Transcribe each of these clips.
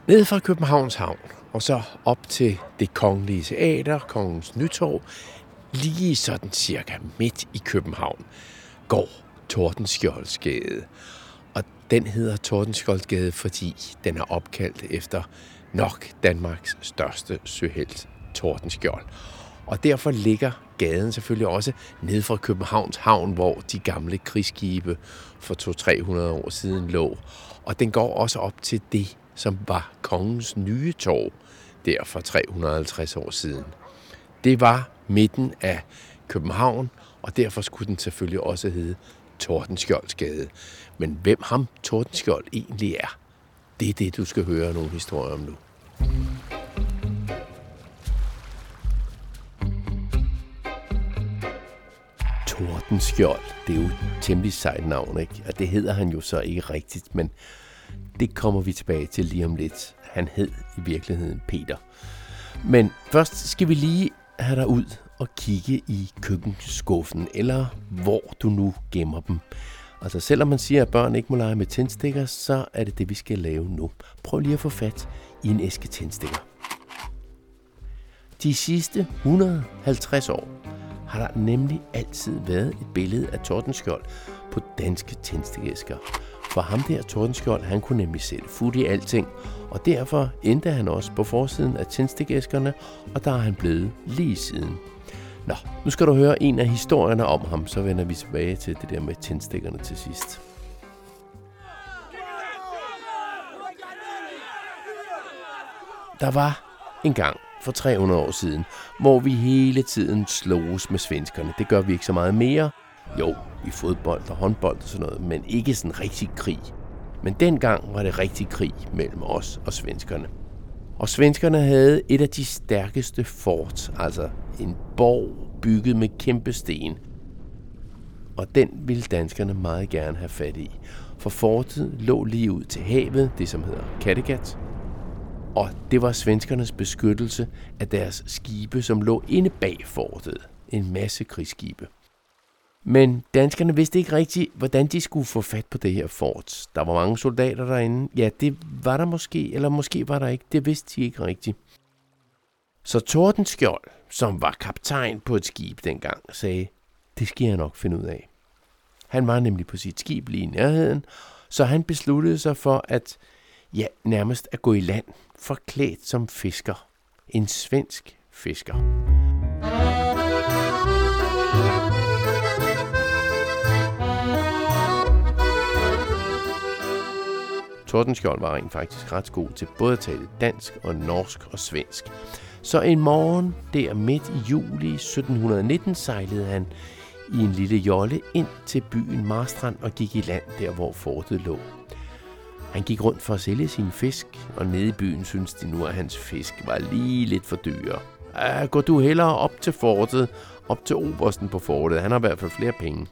Ned fra Københavns Havn, og så op til det kongelige teater, Kongens Nytorv, lige sådan cirka midt i København, går Tordenskjoldsgade. Og den hedder Tordenskjoldsgade, fordi den er opkaldt efter nok Danmarks største søhelt, Tordenskjold. Og derfor ligger gaden selvfølgelig også ned fra Københavns Havn, hvor de gamle krigsskibe for 200-300 år siden lå. Og den går også op til det, som var kongens nye torv, der for 350 år siden. Det var midten af København, og derfor skulle den selvfølgelig også hedde Tordenskjoldsgade. Men hvem ham Tordenskjold egentlig er, det er det, du skal høre nogle historier om nu. Tordenskjold, det er jo et temmelig sejt navn, ikke? Og det hedder han jo så ikke rigtigt, men det kommer vi tilbage til lige om lidt. Han hed i virkeligheden Peter. Men først skal vi lige have dig ud og kigge i køkkenskuffen, eller hvor du nu gemmer dem. Altså selvom man siger, at børn ikke må lege med tændstikker, så er det det, vi skal lave nu. Prøv lige at få fat i en æske tændstikker. De sidste 150 år har der nemlig altid været et billede af Tordenskjold på danske tændstikæsker. For ham der, Tordenskjold, han kunne nemlig sætte fut i alting, og derfor endte han også på forsiden af tændstikæskerne, og der er han blevet lige siden. Nå, nu skal du høre en af historierne om ham, så vender vi tilbage til det der med tændstikkerne til sidst. Der var en gang for 300 år siden, hvor vi hele tiden sloges med svenskerne. Det gør vi ikke så meget mere. Jo, i fodbold og håndbold og sådan noget, men ikke sådan rigtig krig. Men dengang var det rigtig krig mellem os og svenskerne. Og svenskerne havde et af de stærkeste fort, altså en borg bygget med kæmpe sten. Og den ville danskerne meget gerne have fat i. For fortet lå lige ud til havet, det som hedder Kattegat. Og det var svenskernes beskyttelse af deres skibe, som lå inde bag fortet. En masse krigsskibe. Men danskerne vidste ikke rigtigt, hvordan de skulle få fat på det her fort. Der var mange soldater derinde. Ja, det var der måske, eller måske var der ikke. Det vidste de ikke rigtigt. Så Tordenskjold, som var kaptajn på et skib dengang, sagde, det skal jeg nok finde ud af. Han var nemlig på sit skib lige i nærheden, så han besluttede sig for at, nærmest at gå i land, forklædt som fisker. En svensk fisker. Tordenskjold var rent faktisk ret god til både at tale dansk og norsk og svensk. Så en morgen der midt i juli 1719 sejlede han i en lille jolle ind til byen Marstrand og gik i land der, hvor fortet lå. Han gik rundt for at sælge sin fisk, og nede i byen syntes de nu, at hans fisk var lige lidt for dyre. Gå du hellere op til fortet, op til obersten på fortet. Han har i hvert fald flere penge.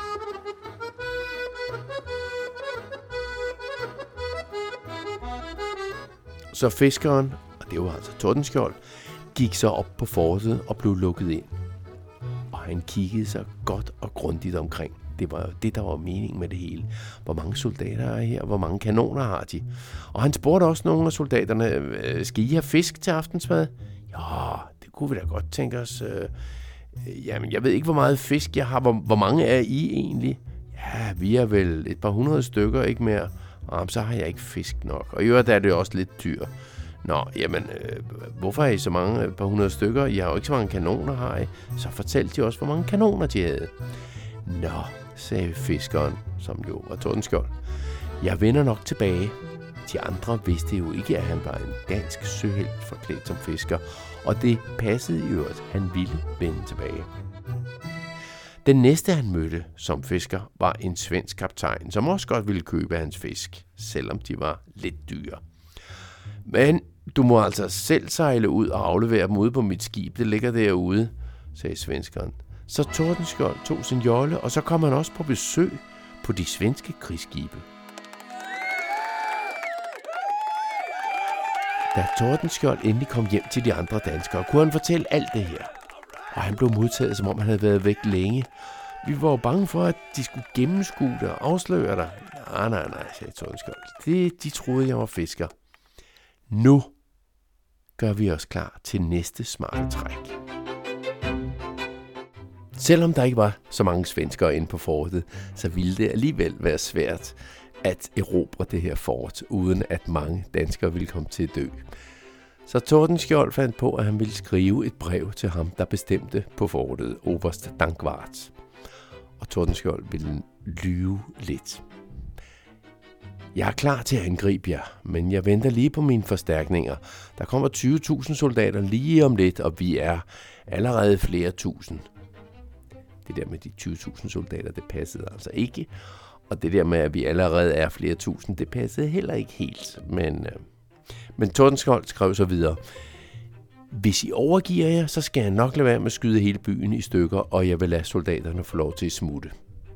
Så fiskeren, og det var altså Tordenskjold, gik så op på fortet og blev lukket ind. Og han kiggede sig godt og grundigt omkring. Det var jo det, der var meningen med det hele. Hvor mange soldater er her? Hvor mange kanoner har de? Og han spurgte også nogle af soldaterne, skal I have fisk til aftensmad? Ja, det kunne vi da godt tænke os. Jamen, jeg ved ikke, hvor meget fisk jeg har. Hvor mange er I egentlig? Ja, vi er vel et par 100 stykker, ikke mere. Så har jeg ikke fisk nok. Og i øvrigt er det også lidt dyr. Nå, jamen, hvorfor er I så mange, par 100 stykker? I har jo ikke så mange kanoner, har I? Så fortalte de også, hvor mange kanoner de havde. Nå, sagde fiskeren, som jo var Tordenskjold. Jeg vender nok tilbage. De andre vidste jo ikke, at han var en dansk søhelt forklædt som fisker, og det passede i øvrigt, han ville vende tilbage. Den næste, han mødte som fisker, var en svensk kaptajn, som også godt ville købe hans fisk, selvom de var lidt dyre. Men du må altså selv sejle ud og aflevere dem ude på mit skib. Det ligger derude, sagde svenskeren. Så Tordenskjold tog sin jolle, og så kom han også på besøg på de svenske krigsskibe. Da Tordenskjold endelig kom hjem til de andre danskere, kunne han fortælle alt det her. Og han blev modtaget, som om han havde været væk længe. Vi var jo bange for, at de skulle gennemskue dig og afsløre dig. Nej, sagde Tordenskjold. De troede, jeg var fisker. Nu gør vi os klar til næste smarte træk. Selvom der ikke var så mange svenskere inde på fortet, så ville det alligevel være svært at erobre det her fort, uden at mange danskere ville komme til at dø. Så Tordenskjold fandt på, at han ville skrive et brev til ham, der bestemte på fortet, oberst Dankwart. Og Tordenskjold ville lyve lidt. Jeg er klar til at angribe jer, men jeg venter lige på mine forstærkninger. Der kommer 20.000 soldater lige om lidt, og vi er allerede flere tusind. Det der med de 20.000 soldater, det passede altså ikke. Og det der med, at vi allerede er flere tusind, det passede heller ikke helt. Men Tordenskjold skrev så videre. Hvis I overgiver jer, så skal jeg nok lade være med at skyde hele byen i stykker, og jeg vil lade soldaterne få lov til at smutte.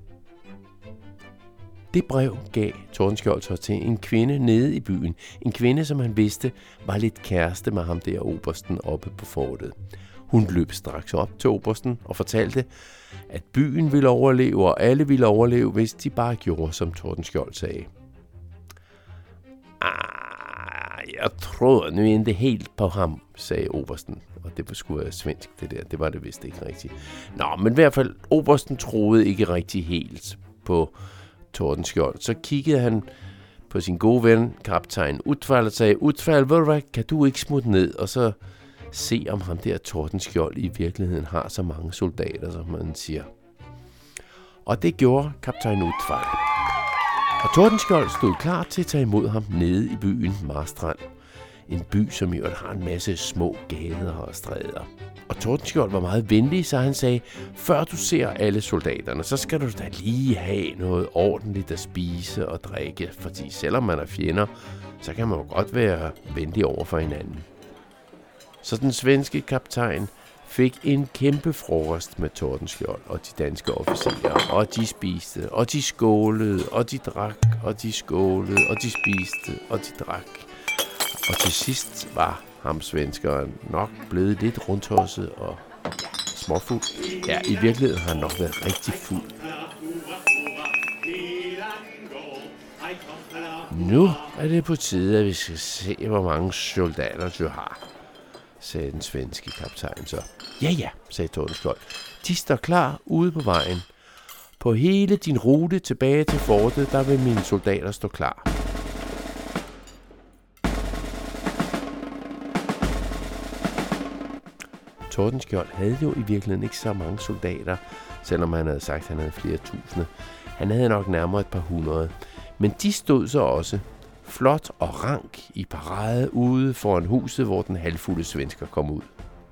Det brev gav Tordenskjold så til en kvinde nede i byen. En kvinde, som han vidste var lidt kæreste med ham der obersten oppe på fortet. Hun løb straks op til obersten og fortalte, at byen ville overleve, og alle ville overleve, hvis de bare gjorde, som Tordenskjold sagde. Jeg tror nu ikke helt på ham, sagde obersten. Og det var sgu være svensk, det der. Det var det vist ikke rigtigt. Nå, men i hvert fald, obersten troede ikke rigtig helt på Tordenskjold. Så kiggede han på sin gode ven, kaptajn Utval, og sagde, Utval, ved du hvad, kan du ikke smutte ned, og så se om ham der Tordenskjold i virkeligheden har så mange soldater, som man siger. Og det gjorde kaptajn Utval. Og Tordenskjold stod klar til at tage imod ham nede i byen Marstrand. En by, som i øvrigt har en masse små gader og stræder. Og Tordenskjold var meget venlig, så han sagde, før du ser alle soldaterne, så skal du da lige have noget ordentligt at spise og drikke. Fordi selvom man er fjender, så kan man jo godt være venlig over for hinanden. Så den svenske kaptajn fik en kæmpe frokost med Tordenskjold og de danske officerer, og de spiste, og de skålede, og de drak, og de skålede, og de spiste, og de drak. Og til sidst var ham svenskeren nok blevet lidt rundtosset og småfuld. Ja, i virkeligheden har han nok været rigtig fuld. Nu er det på tide, at vi skal se, hvor mange soldater du har, sagde den svenske kaptajn så. Ja, sagde Tordenskjold. De står klar ude på vejen. På hele din rute tilbage til fortet, der vil mine soldater stå klar. Tordenskjold havde jo i virkeligheden ikke så mange soldater, selvom han havde sagt, at han havde flere tusinde. Han havde nok nærmere et par hundrede. Men de stod så også flot og rank i parade ude foran huset, hvor den halvfulde svensker kom ud.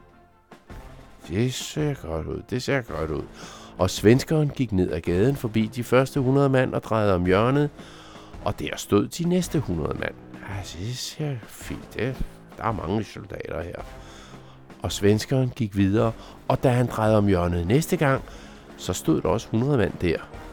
Det ser godt ud. Og svenskeren gik ned ad gaden forbi de første 100 mand og drejede om hjørnet, og der stod de næste 100 mand. Det ser fint. Der er mange soldater her. Og svenskeren gik videre, og da han drejede om hjørnet næste gang, så stod der også 100 mand der.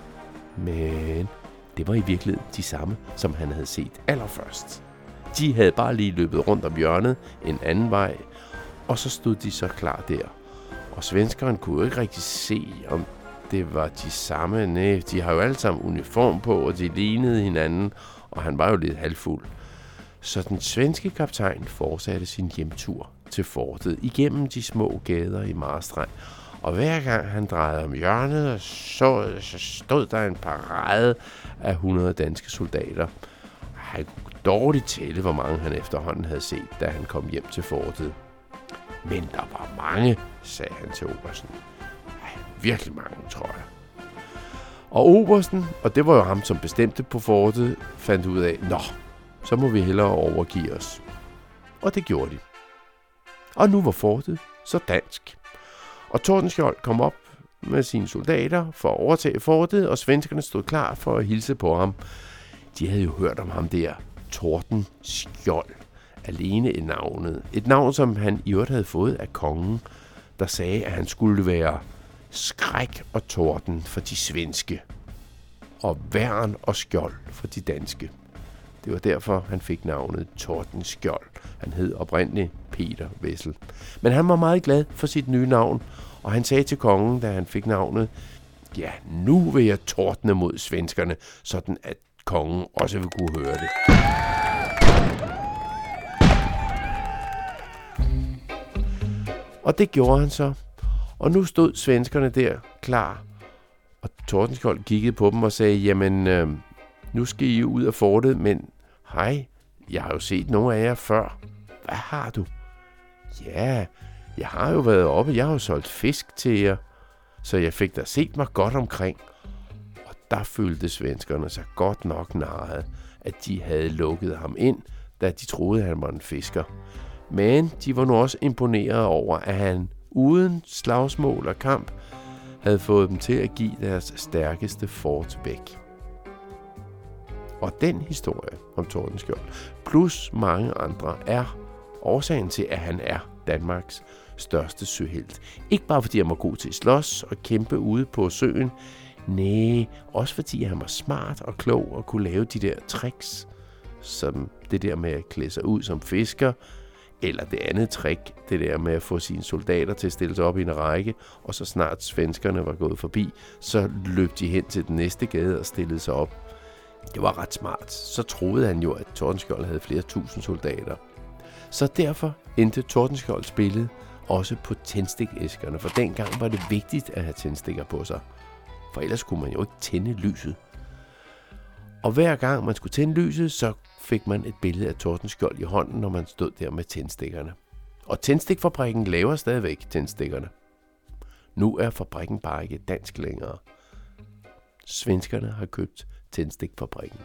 Men det var i virkeligheden de samme, som han havde set allerførst. De havde bare lige løbet rundt om hjørnet en anden vej, og så stod de så klar der. Og svenskeren kunne jo ikke rigtig se, om det var de samme. Nej, de har jo alle sammen uniform på, og de lignede hinanden, og han var jo lidt halvfuld. Så den svenske kaptajn fortsatte sin hjemtur til fortet igennem de små gader i Marstrand. Og hver gang han drejede om hjørnet, så stod der en parade af 100 danske soldater. Han kunne dårligt tælle, hvor mange han efterhånden havde set, da han kom hjem til fortet. Men der var mange, sagde han til obersten. Virkelig mange, tror jeg. Og obersten, og det var jo ham, som bestemte på fortet, fandt ud af, så må vi hellere overgive os. Og det gjorde de. Og nu var fortet så dansk. Og Tordenskjold kom op med sine soldater for at overtage fortet, og svenskerne stod klar for at hilse på ham. De havde jo hørt om ham der, Tordenskjold, alene i navnet. Et navn, som han i øvrigt havde fået af kongen, der sagde, at han skulle være skræk og torden for de svenske, og værn og skjold for de danske. Det var derfor, han fik navnet Tordenskjold. Han hed oprindeligt Peter Wessel. Men han var meget glad for sit nye navn, og han sagde til kongen, da han fik navnet, ja, nu vil jeg tordne mod svenskerne, sådan at kongen også vil kunne høre det. Og det gjorde han så. Og nu stod svenskerne der klar, og Tordenskjold kiggede på dem og sagde, jamen, nu skal I ud af fortet, men hej, jeg har jo set nogle af jer før. Hvad har du? Ja, jeg har jo været oppe, jeg har jo solgt fisk til jer, så jeg fik da set mig godt omkring. Og der følte svenskerne sig godt nok narret, at de havde lukket ham ind, da de troede, han var en fisker. Men de var nu også imponeret over, at han uden slagsmål og kamp havde fået dem til at give deres stærkeste fort væk. Og den historie om Tordenskjold, plus mange andre, er årsagen til, at han er Danmarks største søhelt. Ikke bare fordi han var god til at slås og kæmpe ude på søen, nej, også fordi han var smart og klog og kunne lave de der tricks, som det der med at klæde sig ud som fisker, eller det andet trick, det der med at få sine soldater til at stille sig op i en række, og så snart svenskerne var gået forbi, så løb de hen til den næste gade og stillede sig op. Det var ret smart. Så troede han jo, at Tordenskjold havde flere tusind soldater. Så derfor endte Tordenskjolds billede også på tændstikæskerne, for dengang var det vigtigt at have tændstikker på sig. For ellers kunne man jo ikke tænde lyset. Og hver gang man skulle tænde lyset, så fik man et billede af Tordenskjold i hånden, når man stod der med tændstikkerne. Og tændstikfabrikken laver stadigvæk tændstikkerne. Nu er fabrikken bare ikke dansk længere. Svenskerne har købt tændstikfabrikken.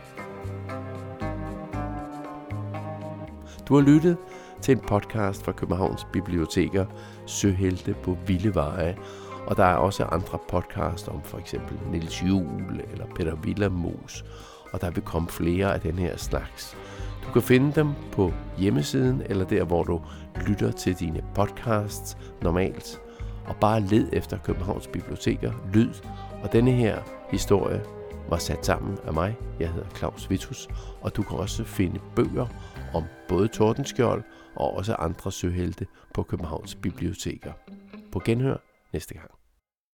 Du har lyttet til en podcast fra Københavns Biblioteker, Søhelte på vilde veje. Og der er også andre podcasts om for eksempel Niels Juel eller Peter Willemoes. Og der vil komme flere af den her slags. Du kan finde dem på hjemmesiden eller der, hvor du lytter til dine podcasts normalt. Og bare led efter Københavns Biblioteker, lyd. Og denne her historie var sat sammen af mig. Jeg hedder Claus Vitus. Og du kan også finde bøger om både Tordenskjold og også andre søhelte på Københavns Biblioteker. På genhør næste gang.